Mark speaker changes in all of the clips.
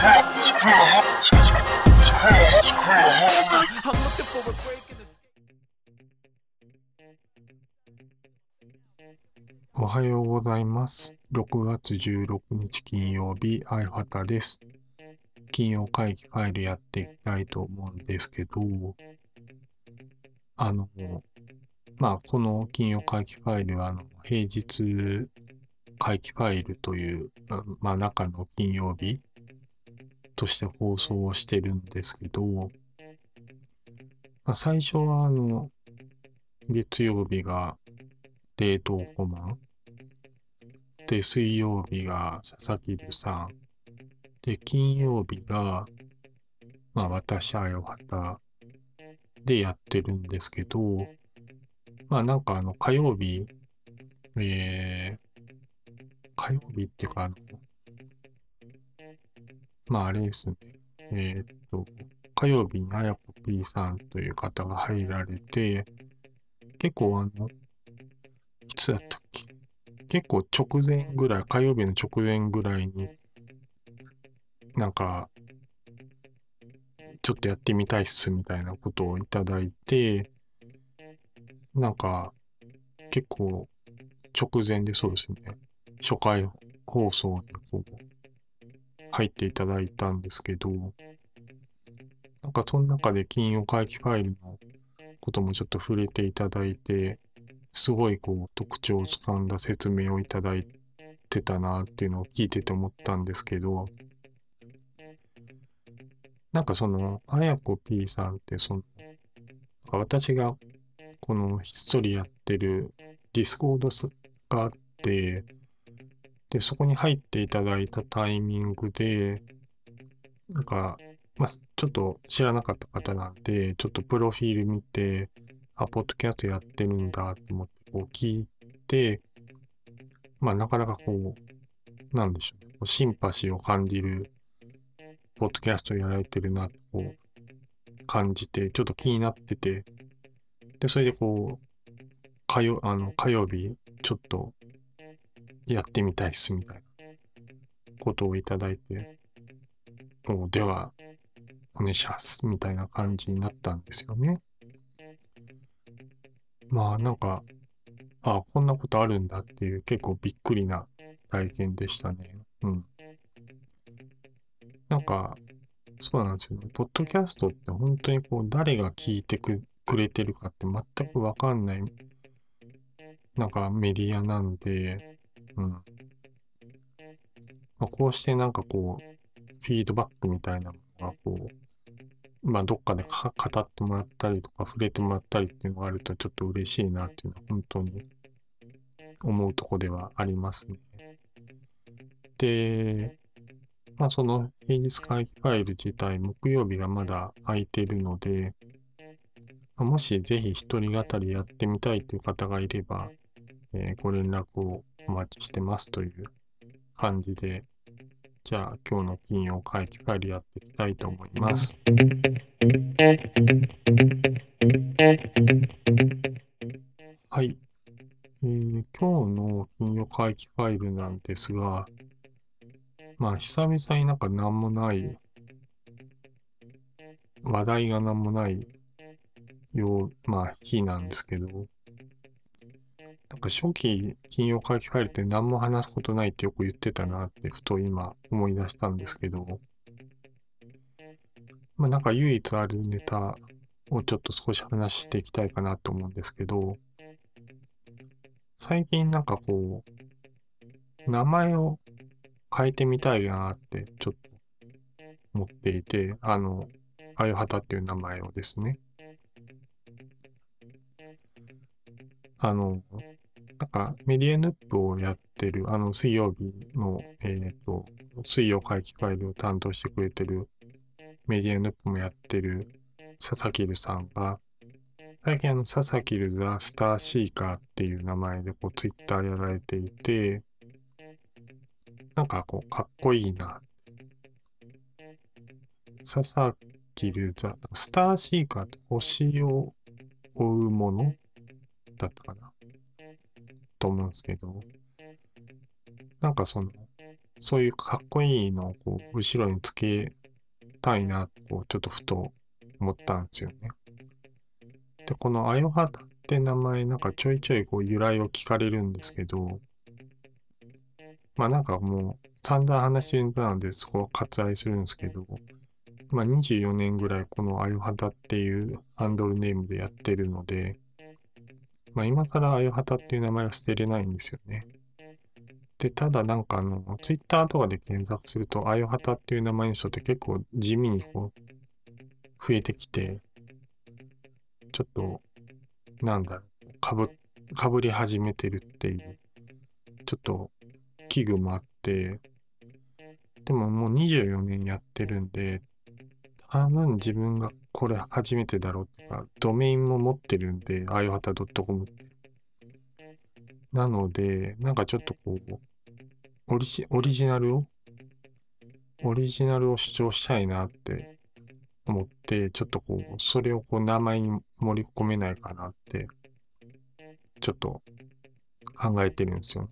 Speaker 1: おはようございます。6月16日金曜日、あいはたです。金曜会議ファイルやっていきたいと思うんですけど、あの、この金曜会議ファイルは、平日会議ファイルという、中の金曜日として放送をしてるんですけど、最初は、月曜日が冷凍コマン、で、水曜日が佐々木留さん、で、金曜日が、私、あよはたでやってるんですけど、火曜日、火曜日っていうか、あれですね。火曜日にあやこ P さんという方が入られて、結構いつだったっけ、結構直前ぐらい、火曜日の直前ぐらいに、なんか、ちょっとやってみたいっすみたいなことをいただいて、なんか、結構直前でそうですね、初回放送に入っていただいたんですけど、その中で金曜会期ファイルのこともちょっと触れていただいて、すごい特徴をつかんだ説明をいただいてたなっていうのを聞いてて思ったんですけど、あやこ P さんって、私がこのひっそりやってるディスコードがあって、で、そこに入っていただいたタイミングで、ちょっと知らなかった方なんで、ちょっとプロフィール見て、ポッドキャストやってるんだと思って、聞いて、なかなかなんでしょうね、シンパシーを感じる、ポッドキャストやられてるな、感じて、ちょっと気になってて、で、それで火曜日、ちょっとやってみたいっす、みたいなことをいただいて、では、お願いします、みたいな感じになったんですよね。こんなことあるんだっていう結構びっくりな体験でしたね。うん。そうなんですよね。ポッドキャストって本当に誰が聞いてくれてるかって全くわかんない、メディアなんで、うん。こうしてフィードバックみたいなのがどっかで語ってもらったりとか触れてもらったりっていうのがあるとちょっと嬉しいなっていうのは本当に思うとこではありますね。で、その平日会議ファイル自体、木曜日がまだ空いているので、もしぜひ一人語りやってみたいという方がいれば、ご連絡をお待ちしてますという感じで、じゃあ今日の金曜会議ファイルやっていきたいと思います。はい。今日の金曜会議ファイルなんですが、久々に何もない、話題が何もない日なんですけど、初期金曜会議ファイルって何も話すことないってよく言ってたなってふと今思い出したんですけど、唯一あるネタをちょっと少し話していきたいかなと思うんですけど、最近名前を変えてみたいなってちょっと思っていて、あゆはたっていう名前をですね。メディアヌップをやってる、水曜日の、水曜会期ファイルを担当してくれてる、メディアヌップもやってる、佐々木留さんが、最近佐々木留ザ・スターシーカーっていう名前でツイッターやられていて、かっこいいな。佐々木留ザ、スターシーカーって星を追うものだったかなと思うんですけど、 そういうかっこいいのをこう後ろにつけたいなと、ちょっとふと思ったんですよね。で、このあよはたって名前なんかちょいちょいこう由来を聞かれるんですけど、まあなんかもう散々話してるのでそこを割愛するんですけど、まあ24年ぐらいこのあよはたっていうハンドルネームでやってるので、まあ今更あよはたっていう名前は捨てれないんですよね。で、ただなんかツイッターとかで検索すると、あよはたっていう名前の人って結構地味にこう、増えてきて、ちょっと、なんだろう、かぶり始めてるっていう、ちょっと危惧もあって、でももう24年やってるんで、多分自分がこれ初めてだろうとか、ドメインも持ってるんで、あよはた .com。なので、なんかちょっとこう、オリジナルを、オリジナルを主張したいなって思って、ちょっとこう、それをこう名前に盛り込めないかなって、ちょっと考えてるんですよ。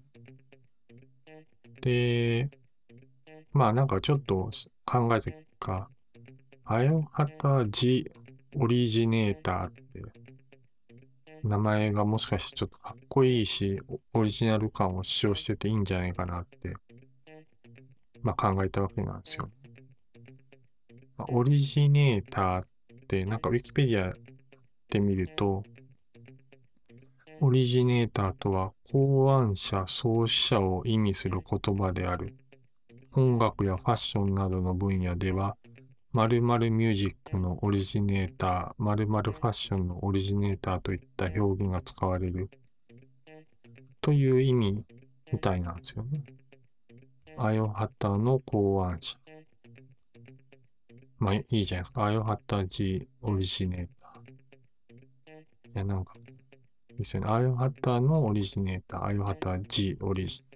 Speaker 1: で、まあなんかちょっと考えた結果、あよはたジオリジネーターって名前がもしかしてちょっとかっこいいし、オリジナル感を主張してていいんじゃないかなって、まあ考えたわけなんですよ。まあオリジネーターってなんかウィキペディアで見ると、オリジネーターとは考案者、創始者を意味する言葉である。音楽やファッションなどの分野では、〇〇ミュージックのオリジネーター、〇〇ファッションのオリジネーターといった表現が使われるという意味みたいなんですよね。あよはたの考案者。まあいいじゃないですか。あよはた G オリジネーター。いや、なんか、いいですよね。あよはたのオリジネーター、あよはた G オリジネー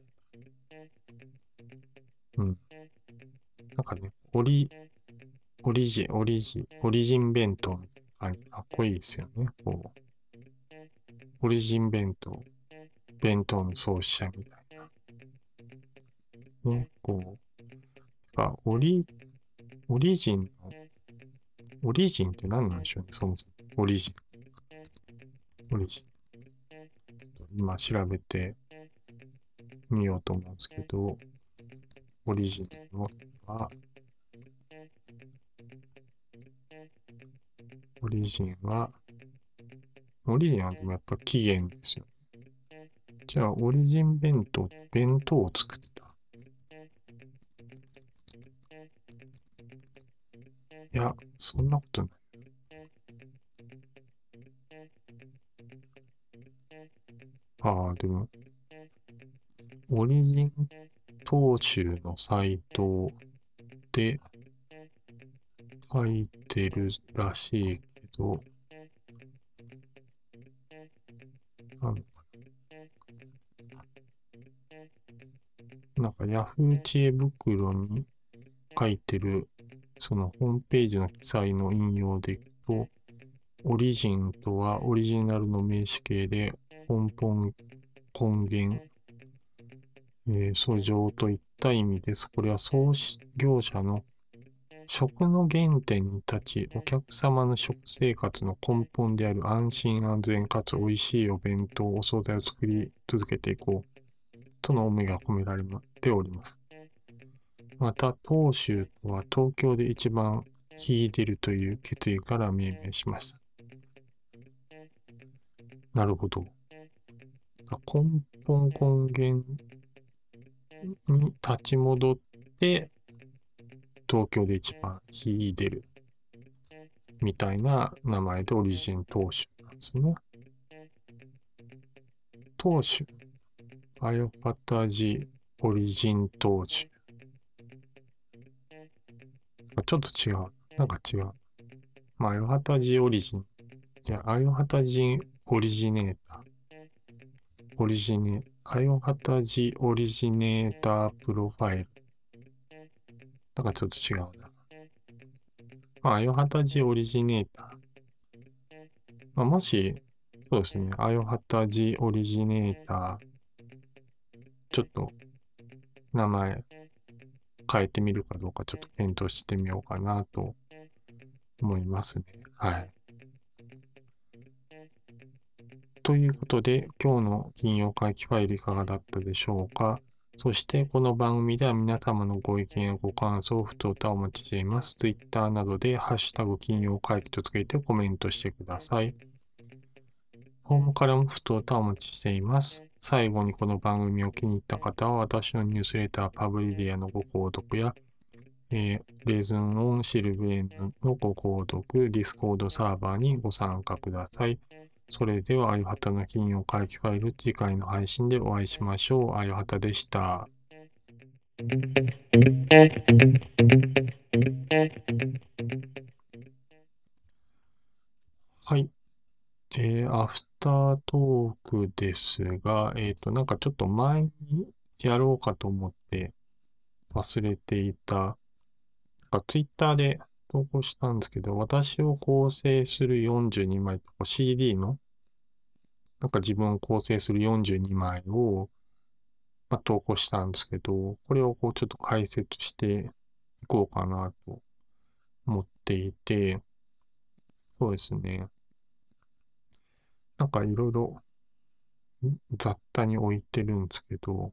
Speaker 1: ター。うん。なんかね、オリジン弁当みたいな感じ。かっこいいですよね。こう、オリジン弁当、弁当の創始者みたいな。ね、こう、オリジンの、オリジンって何なんでしょうね、そもそも。オリジン。今調べてみようと思うんですけど、オリジンのは、オリジンは、オリジンはでもやっぱ起源ですよ。じゃあ、オリジン弁当、弁当を作った。いや、そんなことない。ああ、でも、オリジン当集のサイトで書いてるらしいけど、あのなんか Yahoo 知恵袋に書いてる、そのホームページの記載の引用でいくと、オリジンとはオリジナルの名詞形で根本、根源、訴状といった意味です。これは創業者の食の原点に立ち、お客様の食生活の根本である安心安全かつ美味しいお弁当、お惣菜を作り続けていこうとの思いが込められております。また、東州とは東京で一番秀でるという決意から命名しました。なるほど。根本根源に立ち戻って、東京で一番秀でるみたいな名前でオリジン東州なんですね。東州。アヨパタジオリジン東州。ちょっと違う。なんか違う。まあ、アヨハタジオリジン。いや、アヨハタジオリジネーター。アヨハタジオリジネータープロファイル。なんかちょっと違うな。まあ、アヨハタジオリジネーター。まあ、もし、そうですね。アヨハタジオリジネーター。ちょっと名前変えてみるかどうかちょっと検討してみようかなと思いますね。はい。ということで、今日の金曜会期ファイルいかがだったでしょうか。そして、この番組では皆様のご意見やご感想、ふつおたをお待ちしています。Twitter などで、ハッシュタグ金曜会期とつけてコメントしてください。ホームからもふつおたをお待ちしています。最後にこの番組を気に入った方は、私のニュースレターパブリディアのご購読や、レズンオンシルベーヌのご購読、ディスコードサーバーにご参加ください。それでは、あゆはたの金曜会期ファイル、次回の配信でお会いしましょう。あゆはたでした。はい。アフタートークですが、なんかちょっと前にやろうかと思って忘れていた、ツイッターで投稿したんですけど、私を構成する42枚とか CD の、なんか自分を構成する42枚を、投稿したんですけど、これをこうちょっと解説していこうかなと思っていて、そうですね。なんかいろいろ雑多に置いてるんですけど、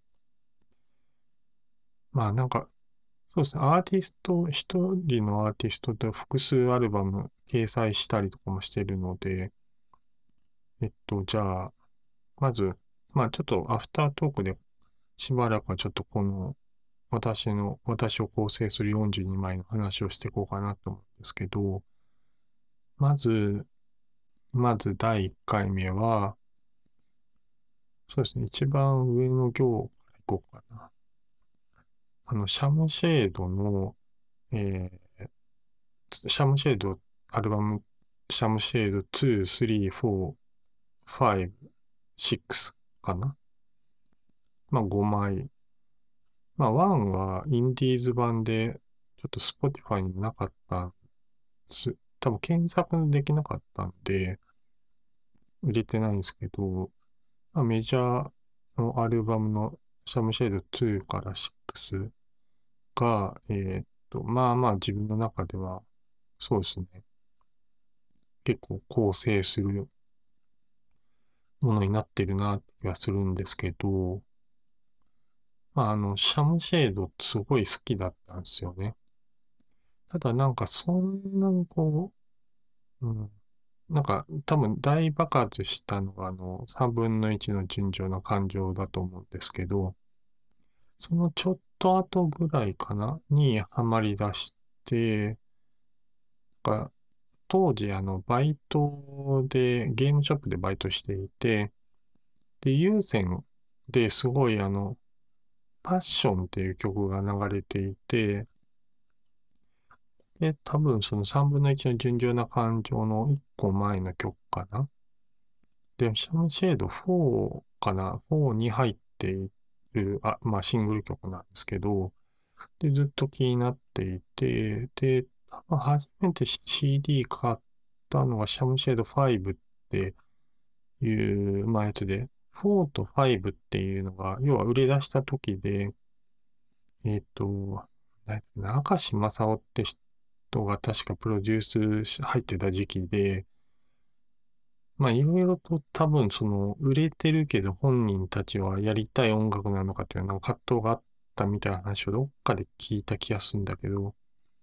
Speaker 1: なんか、そうですね。アーティスト、一人のアーティストで複数アルバム掲載したりとかもしてるので、じゃあ、まず、ちょっとアフタートークでしばらくはちょっとこの私を構成する42枚の話をしていこうかなと思うんですけど、まず、まず第1回目は、そうですね。一番上の行からいこうかな。シャムシェードの、えシャムシェード、アルバム、シャムシェード2、3、4、5、6かな。5枚。1はインディーズ版で、ちょっと Spotify になかったんです。多分検索できなかったんで、売れてないんですけど、メジャーのアルバムのシャムシェード2から6が、自分の中では、そうですね。結構構成するものになってるな気がするんですけど、シャムシェードすごい好きだったんですよね。ただなんかそんなになんか多分大爆発したのが3分の1の純情な感情だと思うんですけど、そのちょっと後ぐらいかなにハマり出して、なんか当時バイトでゲームショップでバイトしていて、で、有線ですごいパッションっていう曲が流れていて、で、多分その3分の1の純情な感情の1個前の曲かな。で、シャムシェード4かな ?4 に入っている、シングル曲なんですけど、で、ずっと気になっていて、で、多分初めて CD 買ったのがシャムシェード5っていう、やつで、4と5っていうのが、要は売れ出した時で、えっと、明石正夫って人が確かプロデュース入ってた時期で、いろいろと多分その売れてるけど本人たちはやりたい音楽なのかというの葛藤があったみたいな話をどっかで聞いた気がするんだけど、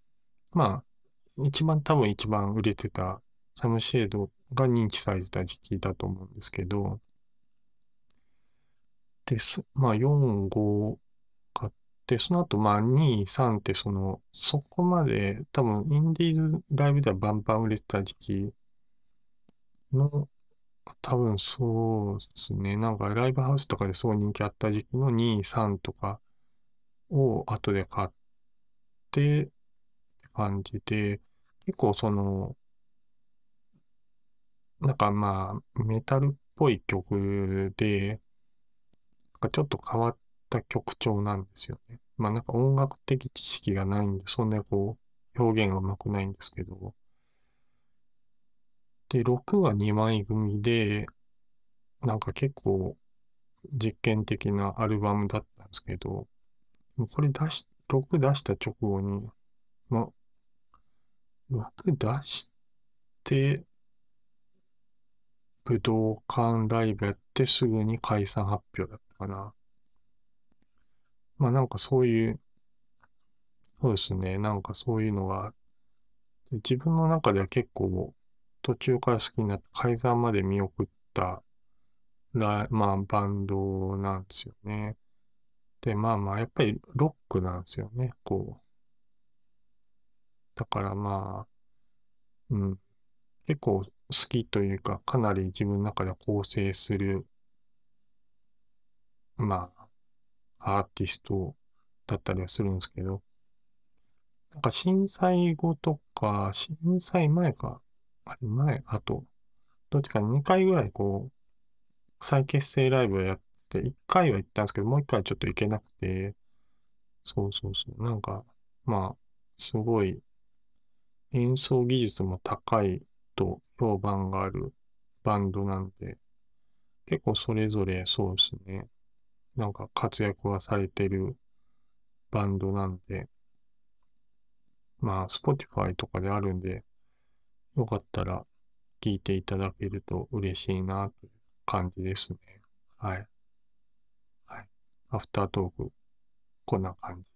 Speaker 1: 多分一番売れてたサムシェードが認知されてた時期だと思うんですけど、4、5買って、その後2、3ってそこまで多分インディーズライブではバンバン売れてた時期の多分そうですね。なんかライブハウスとかですごい人気あった時期の2、3とかを後で買ってって感じで、結構なんかメタルっぽい曲で、なんかちょっと変わった曲調なんですよね。なんか音楽的知識がないんで、そんな表現が上手くないんですけど。で、6が2枚組で、なんか結構実験的なアルバムだったんですけど、これ 6出した直後に、まあ、6出して、武道館ライブやってすぐに解散発表だったかな。まあなんかそういう、そうですね、なんかそういうのが、自分の中では結構途中から好きになって解散まで見送ったまあバンドなんですよね。で、まあまあやっぱりロックなんですよね、こう。だからまあ、うん、結構好きというか、かなり自分の中では構成する、まあ、アーティストだったりはするんですけど、なんか震災後とか、震災前か、あれ前、あと、どっちか2回ぐらいこう、再結成ライブをやって、1回は行ったんですけど、もう1回ちょっと行けなくて、そうそうそう、なんか、まあ、すごい演奏技術も高いと評判があるバンドなんで、結構それぞれそうですね、なんか活躍はされてるバンドなんで、まあ、Spotify とかであるんで、よかったら聞いていただけると嬉しいなという感じですね。はい。はい。アフタートーク、こんな感じ。